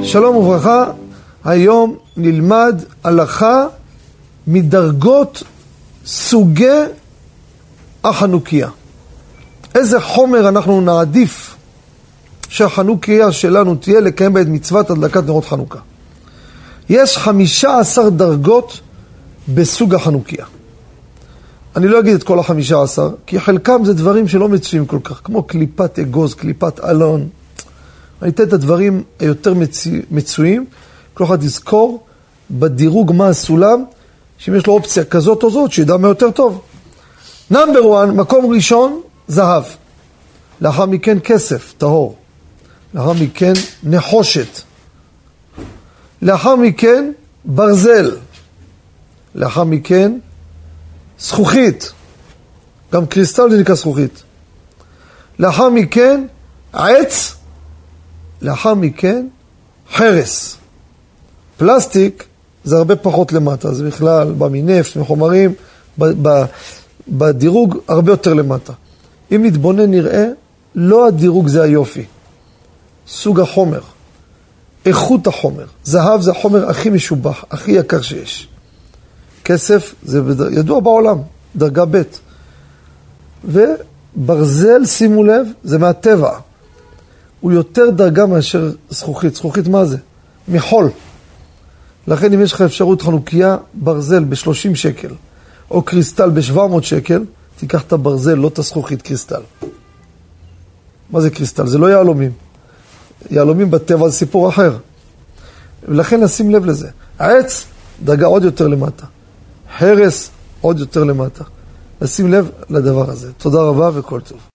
שלום וברכה, היום נלמד הלכה מדרגות סוגי החנוכיה. איזה חומר אנחנו נעדיף שהחנוכיה שלנו תהיה לקיים בה את מצוות הדלקת נרות חנוכה. יש 15 דרגות בסוג החנוכיה. אני לא אגיד את כל ה-15, כי חלקם זה דברים שלא מצויים כל כך, כמו קליפת אגוז, קליפת אלון. אני אתן את הדברים היותר מצויים, כל אחד יזכור בדירוג מה הסולם, שאם יש לו אופציה כזאת או זאת, שידע מה יותר טוב. נאמבר 1, מקום ראשון, זהב. לאחר מכן כסף, טהור. לאחר מכן נחושת. לאחר מכן ברזל. לאחר מכן זכוכית. גם קריסטל זה נקרא זכוכית. לאחר מכן עץ. לאחר מכן חרס. פלסטיק זה הרבה פחות למטה, זה בכלל בא מנפט, מחומרים, בדירוג הרבה יותר למטה. אם נתבונן נראה, לא הדירוג זה היופי. סוג החומר, איכות החומר. זהב זה החומר הכי משובח, הכי יקר שיש. כסף זה ידוע בעולם, דרגה ב'. וברזל, שימו לב, זה מהטבע. הוא יותר דרגה מאשר זכוכית. זכוכית מה זה? מחול. לכן אם יש לך אפשרות חנוכיה, ברזל ב-30 שקל, או קריסטל ב-700 שקל, תיקח את הברזל, לא את הזכוכית, קריסטל. מה זה קריסטל? זה לא יעלומים. יעלומים בטבע זה סיפור אחר. ולכן נשים לב לזה. העץ, דרגה עוד יותר למטה. חרס, עוד יותר למטה. נשים לב לדבר הזה. תודה רבה וכל טוב.